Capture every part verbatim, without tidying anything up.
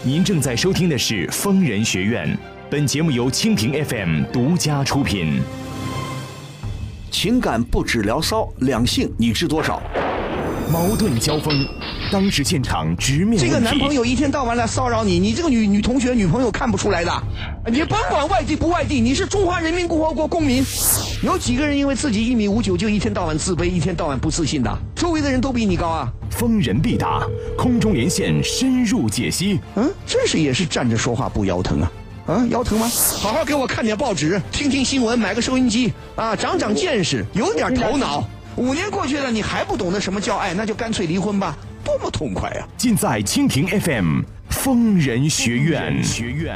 您正在收听的是疯人学院，本节目由蜻蜓 F M 独家出品。 情感不止聊骚，两性你知多少？ 矛盾交锋，当时现场直面问题。 这个男朋友一天到晚来骚扰你，你这个女女同学、女朋友看不出来的。你甭管外地不外地，你是中华人民共和国公民。有几个人因为自己一米五九就一天到晚自卑，一天到晚不自信的？周围的人都比你高啊！ 疯人必答，空中连线深入解析。 嗯，真是也是站着说话不腰疼啊！啊，腰疼吗？好好给我看点报纸，听听新闻，买个收音机啊，长长见识，有点头脑。五年过去了，你还不懂得什么叫爱，那就干脆离婚吧，多么痛快啊！ 尽在蜻蜓 F M 疯人学院。学院。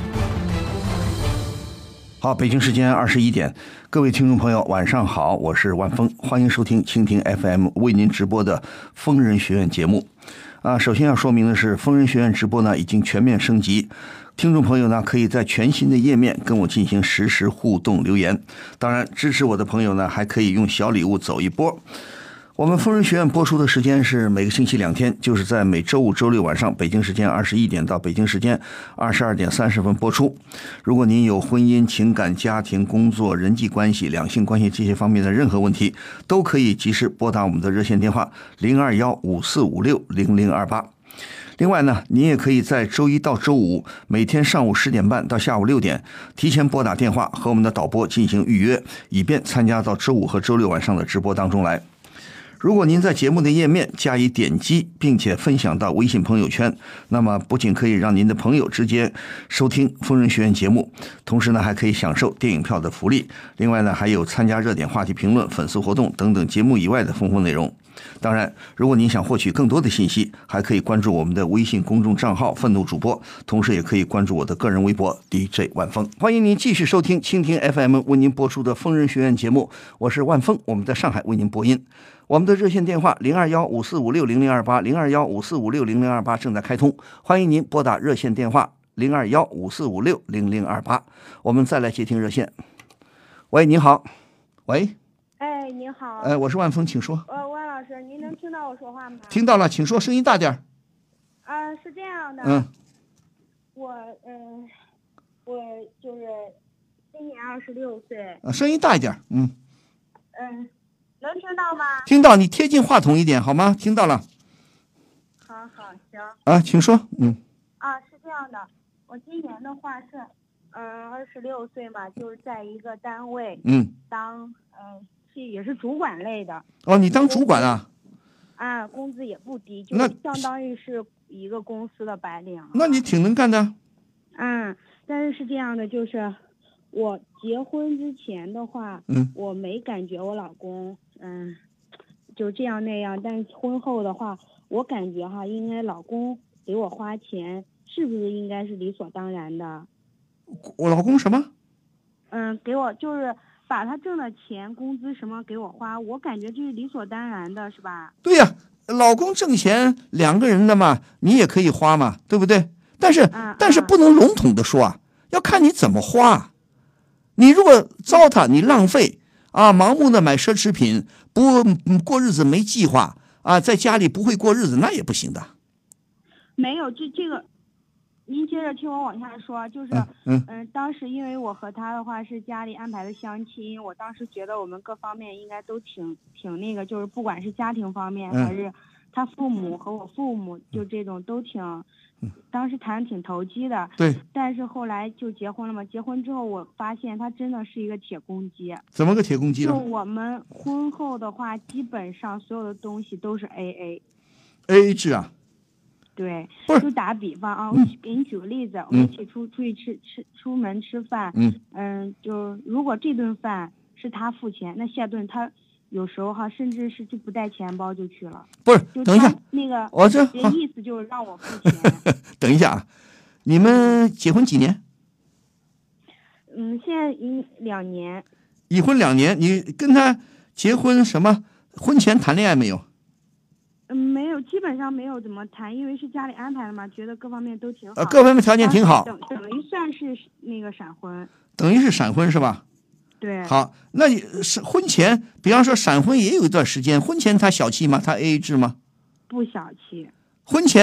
好，北京时间二十一点，各位听众朋友，晚上好，我是万峰，欢迎收听蜻蜓 F M 为您直播的疯人学院节目。啊，首先要说明的是，疯人学院直播呢已经全面升级。听众朋友呢，可以在全新的页面跟我进行实时互动留言。当然，支持我的朋友呢，还可以用小礼物走一波。我们疯人学院播出的时间是每个星期两天，就是在每周五、周六晚上，北京时间二十一点到北京时间二十二点三十分播出。如果您有婚姻、情感、家庭、工作、人际关系、两性关系这些方面的任何问题，都可以及时拨打我们的热线电话零二幺五四五六零零二八。另外呢，您也可以在周一到周五每天上午十点半到下午六点提前拨打电话和我们的导播进行预约，以便参加到周五和周六晚上的直播当中来。如果您在节目的页面加以点击，并且分享到微信朋友圈，那么不仅可以让您的朋友直接收听疯人学院节目，同时呢还可以享受电影票的福利。另外呢还有参加热点话题评论、粉丝活动等等节目以外的丰富内容。当然，如果您想获取更多的信息，还可以关注我们的微信公众账号愤怒主播，同时也可以关注我的个人微博 D J 万峰。欢迎您继续收听蜻蜓 F M 为您播出的疯人学院节目，我是万峰，我们在上海为您播音。我们的热线电话零二幺五四五六零零二八零二幺五四五六零零二八正在开通，欢迎您拨打热线电话零二幺五四五六零零二八。我们再来接听热线。喂，你好。喂。 哎，你好。 哎，我是万峰，请说。 呃，万老师，您能听到我说话吗？ 听到了，请说，声音大点。 啊、呃，是这样的。 嗯。 我嗯、呃，我就是今年二十六岁。 啊，声音大一点。嗯。 嗯。能听到吗？ 听到，你贴近话筒一点好吗？听到了。 好好行。 啊，请说。嗯。 啊，是这样的，我今年的话是，嗯，二十六岁嘛，就是在一个单位， 嗯， 当嗯是也是主管类的。 哦，你当主管啊？ 啊，工资也不低，就相当于是一个公司的白领。 那你挺能干的。 嗯，但是是这样的，就是。我结婚之前的话， 嗯， 我没感觉我老公，嗯，就这样那样。但是婚后的话，我感觉哈，应该老公给我花钱，是不是应该是理所当然的？ 我老公什么？ 嗯，给我就是把他挣的钱、工资什么给我花，我感觉这是理所当然的，是吧？ 对呀、啊，老公挣钱，两个人的嘛，你也可以花嘛，对不对？但是， 嗯、 但是不能笼统的说啊，要看你怎么花。你如果糟蹋，你浪费啊，盲目的买奢侈品，不过日子没计划啊，在家里不会过日子，那也不行的。 没有，这这个，您接着听我往下说，就是嗯、 嗯呃，当时因为我和他的话是家里安排的相亲，我当时觉得我们各方面应该都挺挺那个，就是不管是家庭方面、嗯、还是他父母和我父母，就这种都挺。当时谈挺投机的， 对， 但是后来就结婚了嘛。结婚之后，我发现他真的是一个铁公鸡。 怎么个铁公鸡呢？ 就我们婚后的话，基本上所有的东西都是 A A。A A 制啊？ 对， 不是， 就打比方啊， 嗯、 我给你举个例子， 嗯、 我们一起出出去吃吃出门吃饭， 嗯嗯，就如果这顿饭是他付钱，那下顿他。有时候哈，甚至是就不带钱包就去了。 不是，等一下， 那个我这意思就是让我付钱。 等一下啊，你们结婚几年？ 嗯，现在一两年。 已婚两年，你跟他结婚什么？婚前谈恋爱没有？ 嗯，没有，基本上没有怎么谈，因为是家里安排的嘛，觉得各方面都挺好。 呃，各方面条件挺好。 等等于算是那个闪婚。 等于是闪婚是吧？ 对。 好，那你是婚前，比方说闪婚也有一段时间，婚前他小气吗？他 A A 制吗？ 不小气。 婚前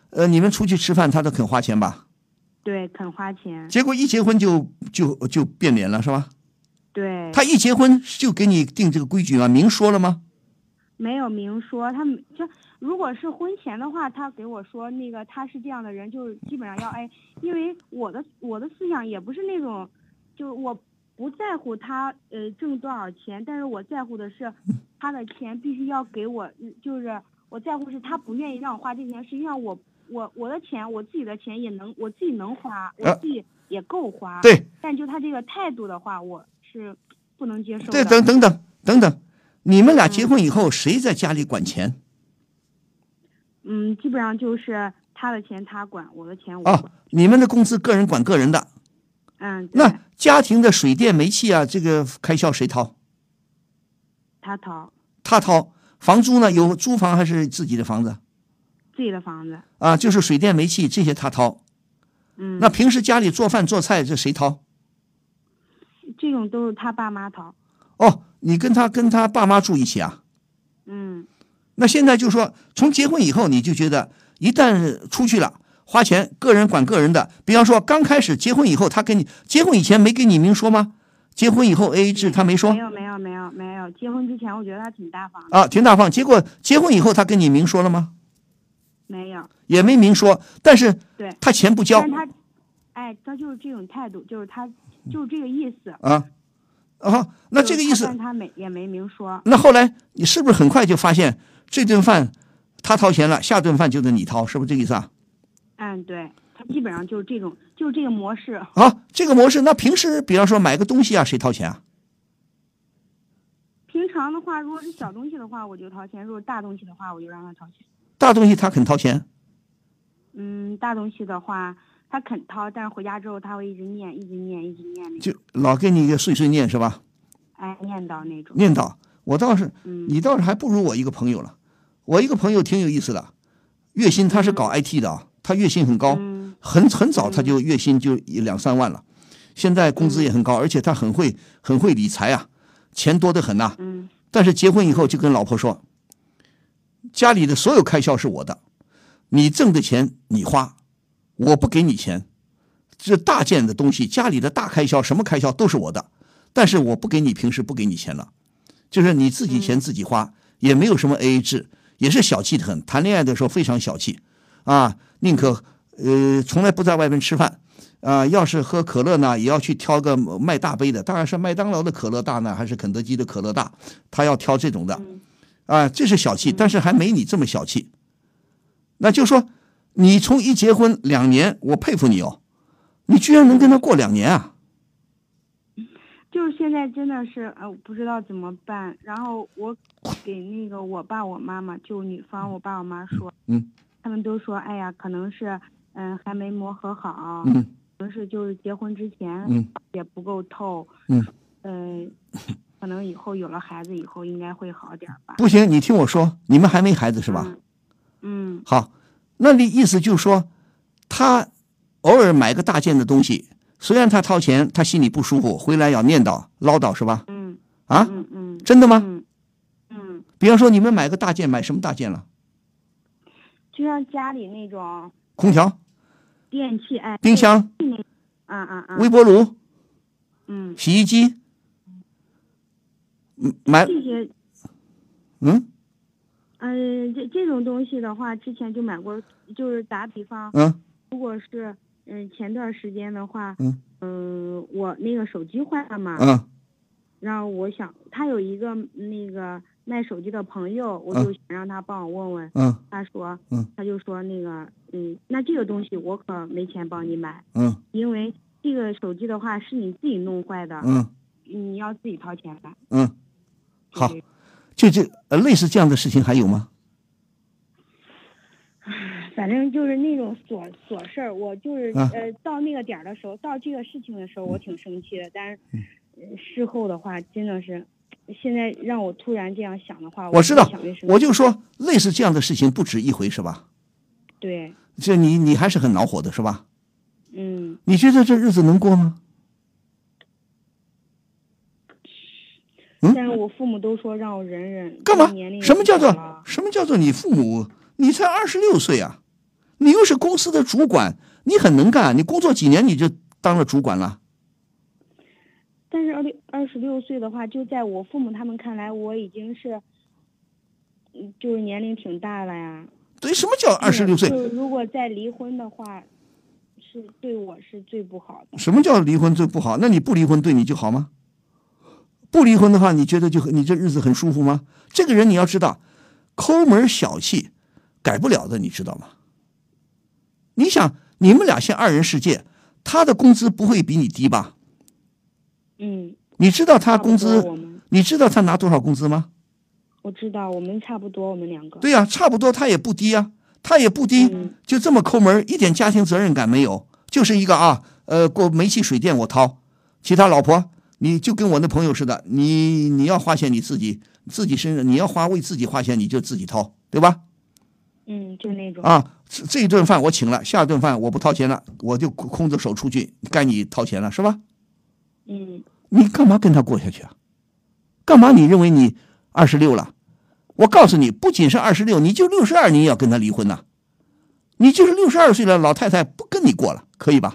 呃，你们出去吃饭，他都肯花钱吧？ 对，肯花钱。 结果一结婚就就就变脸了，是吧？ 对。 他一结婚就给你定这个规矩吗？明说了吗？ 没有明说，他就如果是婚前的话，他给我说那个他是这样的人，就是基本上要哎，因为我的我的思想也不是那种，就是我不在乎他呃挣多少钱，但是我在乎的是他的钱必须要给我，就是我在乎是他不愿意让我花这钱，实际上我我我的钱我自己的钱也能我自己能花，我自己也够花， 对， 但就他这个态度的话，我是不能接受的。 对，等等等等等。你们俩结婚以后，谁在家里管钱？ 嗯，基本上就是他的钱他管，我的钱我管。 哦，你们的工资个人管个人的。 嗯。 那家庭的水电煤气啊，这个开销谁掏？ 他掏。 他掏。房租呢？有租房还是自己的房子？ 自己的房子。 啊，就是水电煤气这些他掏。 嗯。 那平时家里做饭做菜这谁掏？ 这种都是他爸妈掏。 哦，你跟他跟他爸妈住一起啊？ 嗯。 那现在就说，从结婚以后，你就觉得一旦出去了，花钱个人管个人的。比方说，刚开始结婚以后，他跟你结婚以前没跟你明说吗？结婚以后 A A 制，他没说。 没有没有没有没有，结婚之前我觉得他挺大方的。 啊，挺大方。结果结婚以后，他跟你明说了吗？ 没有。 也没明说，但是对他钱不交。 但他，哎，他就是这种态度，就是他就是这个意思。 啊。啊，那这个意思， 但他没也没明说。 那后来你是不是很快就发现这顿饭他掏钱了，下顿饭就得你掏，是不是这个意思啊？ 嗯，对，他基本上就是这种，就是这个模式。 啊，这个模式，那平时比方说买个东西啊，谁掏钱啊？ 平常的话，如果是小东西的话，我就掏钱；如果大东西的话，我就让他掏钱。 大东西他肯掏钱？ 嗯，大东西的话。他肯掏，但是回家之后他会一直念，一直念，一直念那种。 就老给你一个碎碎念是吧？ 哎，念叨那种。 念叨，我倒是， 嗯、 你倒是还不如我一个朋友了。我一个朋友挺有意思的，月薪他是搞 I T 的啊，他月薪很高， 嗯、 很很早他就月薪就两三万了，现在工资也很高， 嗯、 而且他很会很会理财啊，钱多得很呐、啊。 嗯。 但是结婚以后就跟老婆说，家里的所有开销是我的，你挣的钱你花。我不给你钱，这大件的东西，家里的大开销，什么开销都是我的，但是我不给你，平时不给你钱了，就是你自己钱自己花，嗯、也没有什么 A A 制，也是小气的很。谈恋爱的时候非常小气，啊，宁可呃从来不在外面吃饭，啊，要是喝可乐呢，也要去挑个卖大杯的，当然是麦当劳的可乐大呢，还是肯德基的可乐大，他要挑这种的，啊，这是小气，但是还没你这么小气，那就说。你从一结婚两年，我佩服你哦，你居然能跟他过两年啊！ 就是现在真的是呃不知道怎么办，然后我给那个我爸我妈妈就女方我爸我妈说， 嗯， 他们都说哎呀可能是嗯、呃、还没磨合好， 嗯， 可能是就是结婚之前嗯也不够透， 嗯， 呃可能以后有了孩子以后应该会好点吧。 不行，你听我说，你们还没孩子是吧？ 嗯，嗯好。那你意思就是说，他偶尔买个大件的东西，虽然他掏钱，他心里不舒服，回来要念叨唠叨是吧？ 嗯。 啊？ 嗯嗯。 真的吗？ 嗯。嗯。 比方说你们买个大件，买什么大件了？ 就像家里那种。 空调。 电器哎。 冰箱。 啊啊啊。 微波炉。 嗯。 洗衣机。嗯，买。 这些。 嗯。 嗯、呃，这这种东西的话，之前就买过，就是打比方， 嗯， 如果是嗯、呃、前段时间的话， 嗯， 呃，我那个手机坏了嘛， 嗯， 然后我想他有一个那个卖手机的朋友，我就想让他帮我问问， 嗯， 他说， 嗯， 他就说那个，嗯，那这个东西我可没钱帮你买， 嗯， 因为这个手机的话是你自己弄坏的， 嗯， 你要自己掏钱的， 嗯，好。就这呃，类似这样的事情还有吗？ 反正就是那种琐琐事儿，我就是、 啊、 呃，到那个点儿的时候，到这个事情的时候，我挺生气的。但是、呃、事后的话，真的是，现在让我突然这样想的话， 我知道， 我, 我就说类似这样的事情不止一回，是吧？ 对。 这你你还是很恼火的，是吧？ 嗯。 你觉得这日子能过吗？ 嗯，但是我父母都说让我忍忍。 干嘛？什么叫做什么叫做你父母？你才二十六岁啊， 你又是公司的主管，你很能干，你工作几年你就当了主管了。 但是二六二十六岁的话，就在我父母他们看来，我已经是，嗯，就是年龄挺大了呀。 对，什么叫二十六岁？ 就如果再离婚的话，是对我是最不好的。 什么叫离婚最不好？那你不离婚对你就好吗？不离婚的话，你觉得就你这日子很舒服吗？这个人你要知道，抠门小气，改不了的，你知道吗？你想，你们俩现二人世界，他的工资不会比你低吧？ 嗯。 你知道他工资？你知道他拿多少工资吗？ 我知道，我们差不多，我们两个。 对呀、啊，差不多，他也不低啊，他也不低， 嗯、 就这么抠门，一点家庭责任感没有，就是一个啊，呃，过煤气水电我掏，其他老婆你就跟我那朋友似的，你你要花钱你自己自己身上，你要花为自己花钱你就自己掏，对吧？ 嗯，就那种啊，这一顿饭我请了，下一顿饭我不掏钱了，我就空着手出去，该你掏钱了，是吧？ 嗯， 你干嘛跟他过下去啊？干嘛你认为你二十六了？我告诉你，不仅是二十六，你就六十二，你也要跟他离婚呐、啊！你就是六十二岁了，老太太不跟你过了，可以吧？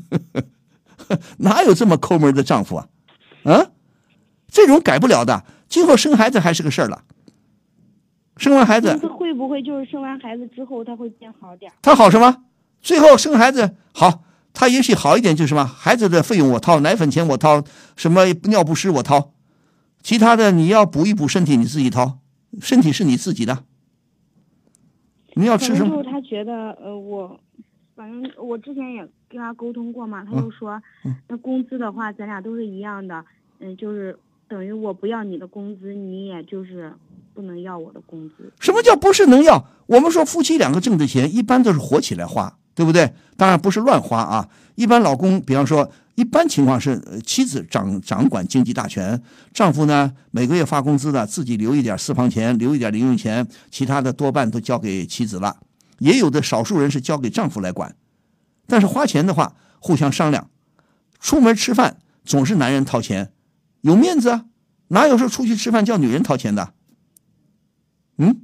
哪有这么抠门的丈夫啊？啊，这种改不了的，今后生孩子还是个事儿了。生完孩子， 他会不会就是生完孩子之后他会变好点？ 他好什么？最后生孩子好，他也许好一点，就是什么孩子的费用我掏，奶粉钱我掏，什么尿不湿我掏，其他的你要补一补身体你自己掏，身体是你自己的。你要吃什么？ 就是他觉得呃我，反正我之前也跟他沟通过嘛，他就说，嗯、那工资的话咱俩都是一样的，嗯，就是等于我不要你的工资，你也就是不能要我的工资。 什么叫不是能要？我们说夫妻两个挣的钱一般都是活起来花，对不对？当然不是乱花啊。一般老公，比方说，一般情况是妻子掌掌管经济大权，丈夫呢每个月发工资的，自己留一点私房钱，留一点零用钱，其他的多半都交给妻子了。也有的少数人是交给丈夫来管，但是花钱的话互相商量。出门吃饭总是男人掏钱，有面子啊，哪有说出去吃饭叫女人掏钱的？嗯，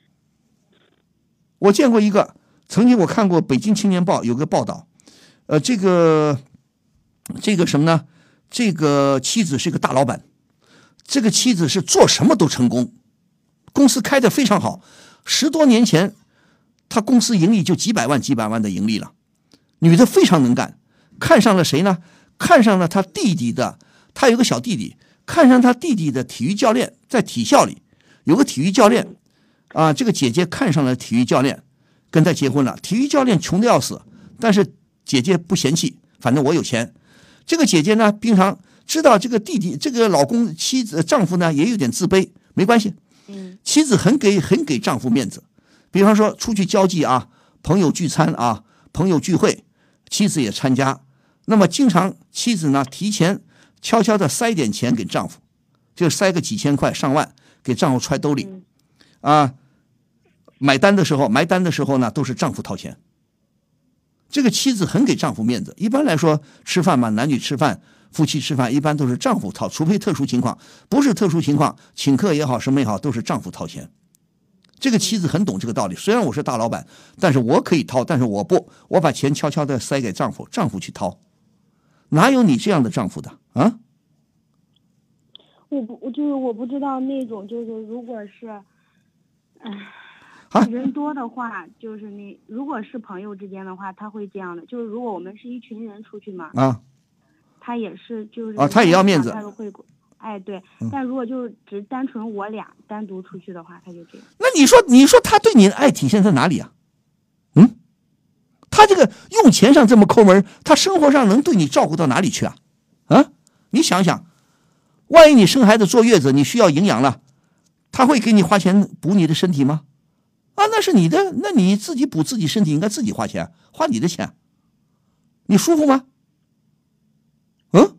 我见过一个，曾经我看过《北京青年报》有个报道，呃，这个这个什么呢？这个妻子是个大老板，这个妻子是做什么都成功，公司开得非常好。十多年前，他公司盈利就几百万、几百万的盈利了。女的非常能干，看上了谁呢？看上了他弟弟的，他有个小弟弟，看上他弟弟的体育教练，在体校里有个体育教练。啊，这个姐姐看上了体育教练，跟他结婚了。体育教练穷得要死，但是姐姐不嫌弃，反正我有钱。这个姐姐呢，平常知道这个弟弟、这个老公、妻子、丈夫呢也有点自卑，没关系。妻子很给很给丈夫面子，比方说出去交际啊，朋友聚餐啊，朋友聚会，妻子也参加。那么经常妻子呢提前悄悄的塞点钱给丈夫，就塞个几千块、上万给丈夫揣兜里。啊，买单的时候，埋单的时候呢，都是丈夫掏钱。这个妻子很给丈夫面子。一般来说，吃饭嘛，男女吃饭，夫妻吃饭，一般都是丈夫掏，除非特殊情况。不是特殊情况，请客也好，什么也好，都是丈夫掏钱。这个妻子很懂这个道理。虽然我是大老板，但是我可以掏，但是我不，我把钱悄悄的塞给丈夫，丈夫去掏。哪有你这样的丈夫的啊？ 我不，我就是我不知道那种，就是如果是。唉， 啊， 人多的话，就是那如果是朋友之间的话，他会这样的。就是如果我们是一群人出去嘛， 啊， 他也是就是啊，他也要面子， 他会，哎对、嗯。但如果就是只单纯我俩单独出去的话，他就这样。 那你说，你说他对你的爱体现在哪里啊？嗯，他这个用钱上这么抠门，他生活上能对你照顾到哪里去啊？啊，你想想，万一你生孩子坐月子，你需要营养了。他会给你花钱补你的身体吗？啊，那是你的，那你自己补自己身体应该自己花钱，花你的钱，你舒服吗？嗯，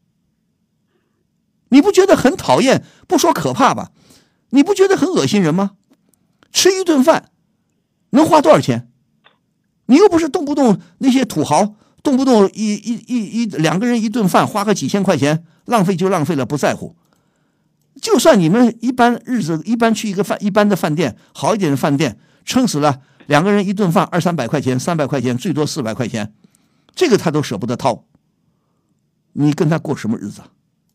你不觉得很讨厌？不说可怕吧，你不觉得很恶心人吗？吃一顿饭能花多少钱？你又不是动不动那些土豪，动不动一一一一两个人一顿饭花个几千块钱，浪费就浪费了，不在乎。就算你们一般日子一般去一个饭一般的饭店，好一点的饭店，撑死了两个人一顿饭二三百块钱，三百块钱，最多四百块钱，这个他都舍不得掏，你跟他过什么日子？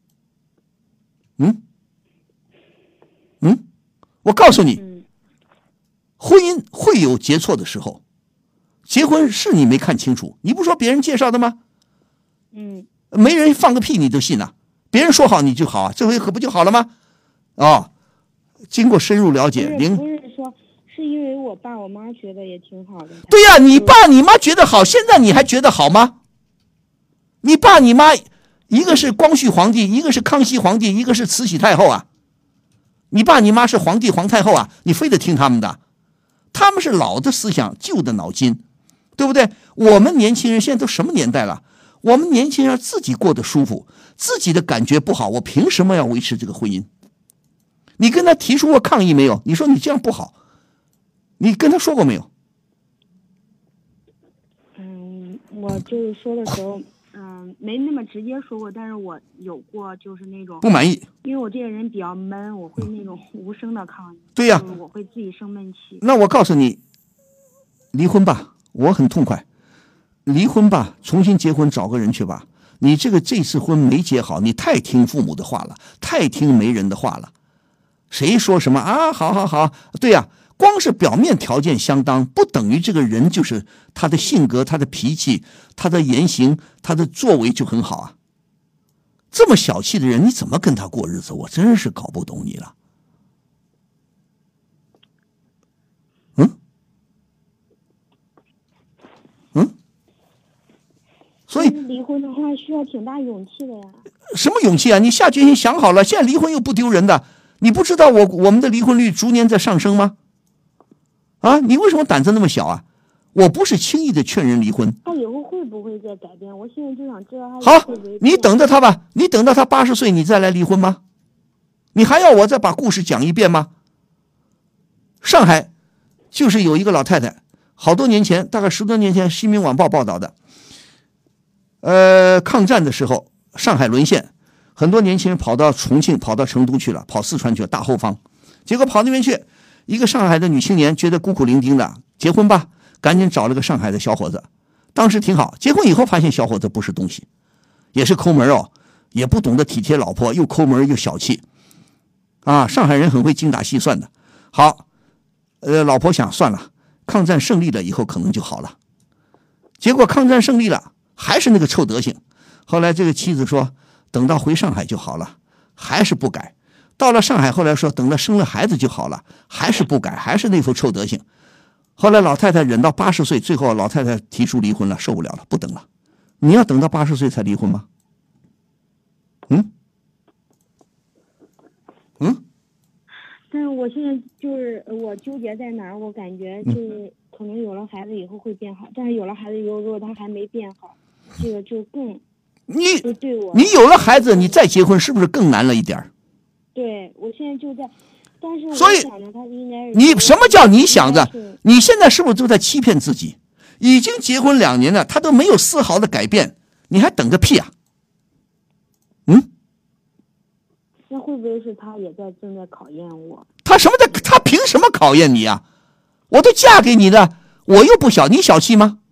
嗯嗯，我告诉你，婚姻会有结错的时候，结婚是你没看清楚，你不说别人介绍的吗？ 嗯， 没人放个屁你都信啊，别人说好你就好啊，这回可不就好了吗？哦，经过深入了解，零不是说是因为我爸我妈觉得也挺好的。 对呀、啊，你爸你妈觉得好，现在你还觉得好吗？你爸你妈一个是光绪皇帝，一个是康熙皇帝，一个是慈禧太后啊。你爸你妈是皇帝皇太后啊，你非得听他们的，他们是老的思想，旧的脑筋，对不对？我们年轻人现在都什么年代了？我们年轻人自己过得舒服，自己的感觉不好，我凭什么要维持这个婚姻？你跟他提出过抗议没有？你说你这样不好，你跟他说过没有？ 嗯，我就是说的时候，嗯，没那么直接说过，但是我有过就是那种不满意， 因为我这个人比较闷，我会那种无声的抗议。 对呀、 就是我会自己生闷气。 那我告诉你，离婚吧，我很痛快。离婚吧，重新结婚，找个人去吧。你这个这次婚没结好，你太听父母的话了，太听媒人的话了。谁说什么啊？好好好，对呀、啊，光是表面条件相当，不等于这个人就是他的性格、他的脾气、他的言行、他的作为就很好啊。这么小气的人，你怎么跟他过日子？我真是搞不懂你了。嗯嗯。所以离婚的话需要挺大勇气的呀。 什么勇气啊？你下决心想好了，现在离婚又不丢人的，你不知道我我们的离婚率逐年在上升吗？啊，你为什么胆子那么小啊？我不是轻易的劝人离婚。 他以后会不会再改变？我现在就想知道他好会不会， 你等着他吧，你等到他八十岁你再来离婚吗？你还要我再把故事讲一遍吗？上海就是有一个老太太，好多年前，大概十多年前，《新民晚报》报道的。呃，抗战的时候，上海沦陷，很多年轻人跑到重庆、跑到成都去了，跑四川去了，大后方。结果跑那边去，一个上海的女青年觉得孤苦伶仃的，结婚吧，赶紧找了个上海的小伙子。当时挺好，结婚以后发现小伙子不是东西，也是抠门哦，也不懂得体贴老婆，又抠门又小气。啊，上海人很会精打细算的。好，呃，老婆想算了，抗战胜利了以后可能就好了。结果抗战胜利了。还是那个臭德行，后来这个妻子说等到回上海就好了，还是不改。到了上海后来说等到生了孩子就好了，还是不改，还是那副臭德行。后来老太太忍到八十岁，最后老太太提出离婚了，受不了了，不等了。你要等到八十岁才离婚吗？嗯嗯。 但是我现在就是我纠结在哪儿，我感觉就是可能有了孩子以后会变好，但是有了孩子以后，如果他还没变好，这个就更你就对我你有了孩子，你再结婚是不是更难了一点？ 对，我现在就在，但是我所以想着他应该是你什么叫你想着应该是？ 你现在是不是都在欺骗自己？已经结婚两年了，他都没有丝毫的改变，你还等个屁啊？嗯。 那会不会是他也在正在考验我？ 他什么的？他凭什么考验你啊？我都嫁给你的，我又不小，你小气吗？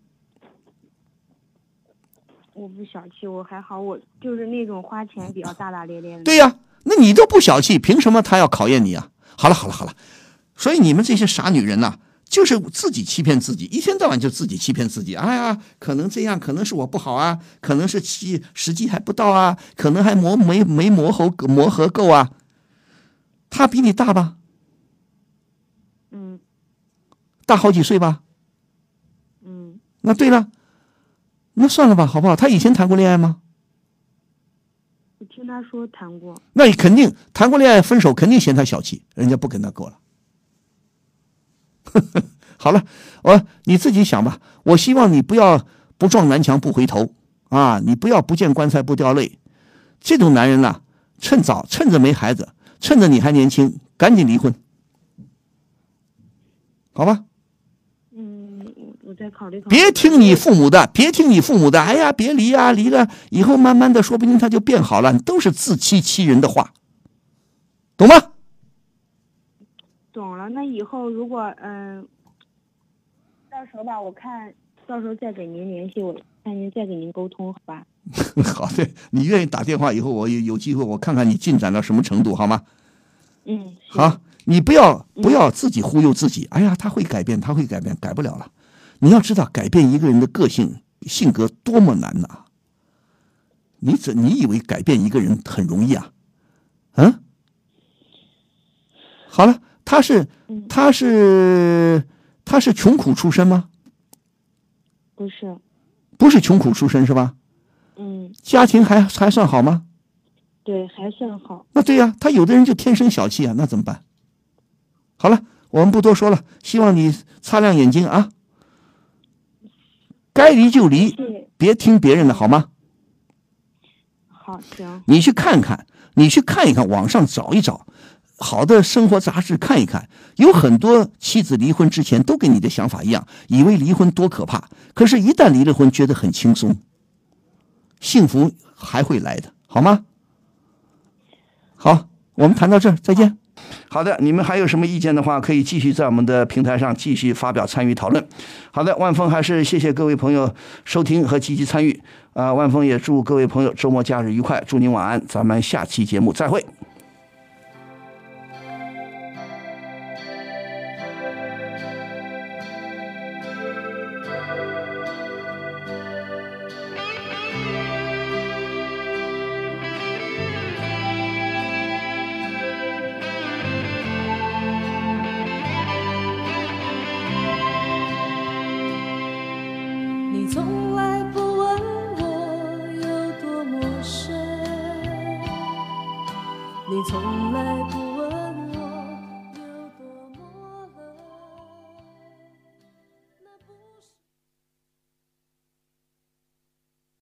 我不小气，我还好，我就是那种花钱比较大大咧咧的。 对呀、啊，那你都不小气，凭什么他要考验你啊？好了好了好了，所以你们这些傻女人呐、啊，就是自己欺骗自己，一天到晚就自己欺骗自己。哎呀，可能这样，可能是我不好啊，可能是时时机还不到啊，可能还磨没没磨合磨合够啊。他比你大吧？ 嗯。 大好几岁吧？ 嗯。 那对了，那算了吧，好不好？他以前谈过恋爱吗？ 我听他说谈过。 那你肯定谈过恋爱，分手肯定嫌他小气，人家不跟他过了。好了，我你自己想吧。我希望你不要不撞南墙不回头啊！你不要不见棺材不掉泪。这种男人呐、啊，趁早，趁着没孩子，趁着你还年轻，赶紧离婚，好吧？ 嗯，我再考虑考虑。 别听你父母的，别听你父母的。哎呀，别离啊，离了以后慢慢的，说不定他就变好了。都是自欺欺人的话，懂吗？ 懂了。那以后如果嗯、呃， 到时候吧，我看到时候再给您联系，我看您再给您沟通，好吧？ 好的，你愿意打电话以后，我有有机会我看看你进展到什么程度，好吗？ 嗯， 好，你不要不要自己忽悠自己。哎呀，他会改变，他会改变，改不了了。你要知道，改变一个人的个性性格多么难呐、啊！你怎你以为改变一个人很容易啊？嗯，好了，他是他是他是穷苦出身吗？ 不是， 不是穷苦出身是吧？ 嗯， 家庭还还算好吗？ 对，还算好。 那对呀、啊，他有的人就天生小气啊，那怎么办？好了，我们不多说了，希望你擦亮眼睛啊，该离就离，别听别人的好吗？ 好，行。 你去看看，你去看一看，网上找一找好的生活杂志看一看，有很多妻子离婚之前都跟你的想法一样，以为离婚多可怕，可是一旦离了婚，觉得很轻松，幸福还会来的，好吗？好，我们谈到这儿，再见。好的，你们还有什么意见的话，可以继续在我们的平台上继续发表参与讨论。好的，万峰还是谢谢各位朋友收听和积极参与啊、呃！万峰也祝各位朋友周末假日愉快，祝您晚安，咱们下期节目再会。 你从来不问我有多陌生，你从来不